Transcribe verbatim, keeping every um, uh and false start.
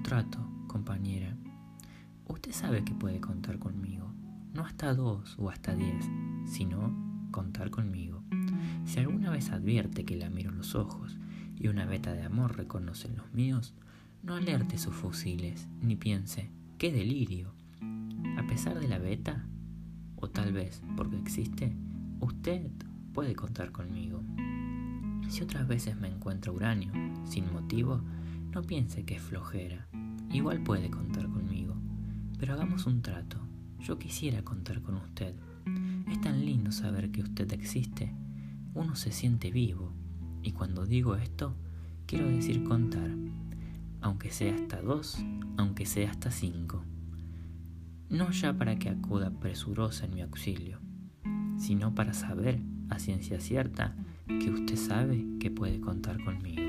trato, compañera. Usted sabe que puede contar conmigo, no hasta dos o hasta diez, sino contar conmigo. Si alguna vez advierte que la miro en los ojos y una veta de amor reconoce en los míos, no alerte sus fusiles, ni piense, ¡qué delirio! A pesar de la veta, o tal vez porque existe, usted puede contar conmigo. Si otras veces me encuentra uranio, sin motivo, no piense que es flojera. Igual puede contar conmigo. Pero hagamos un trato. Yo quisiera contar con usted. Es tan lindo saber que usted existe. Uno se siente vivo. Y cuando digo esto, quiero decir contar. Aunque sea hasta dos, aunque sea hasta cinco. No ya para que acuda presurosa en mi auxilio, sino para saber a ciencia cierta que usted sabe que puede contar conmigo.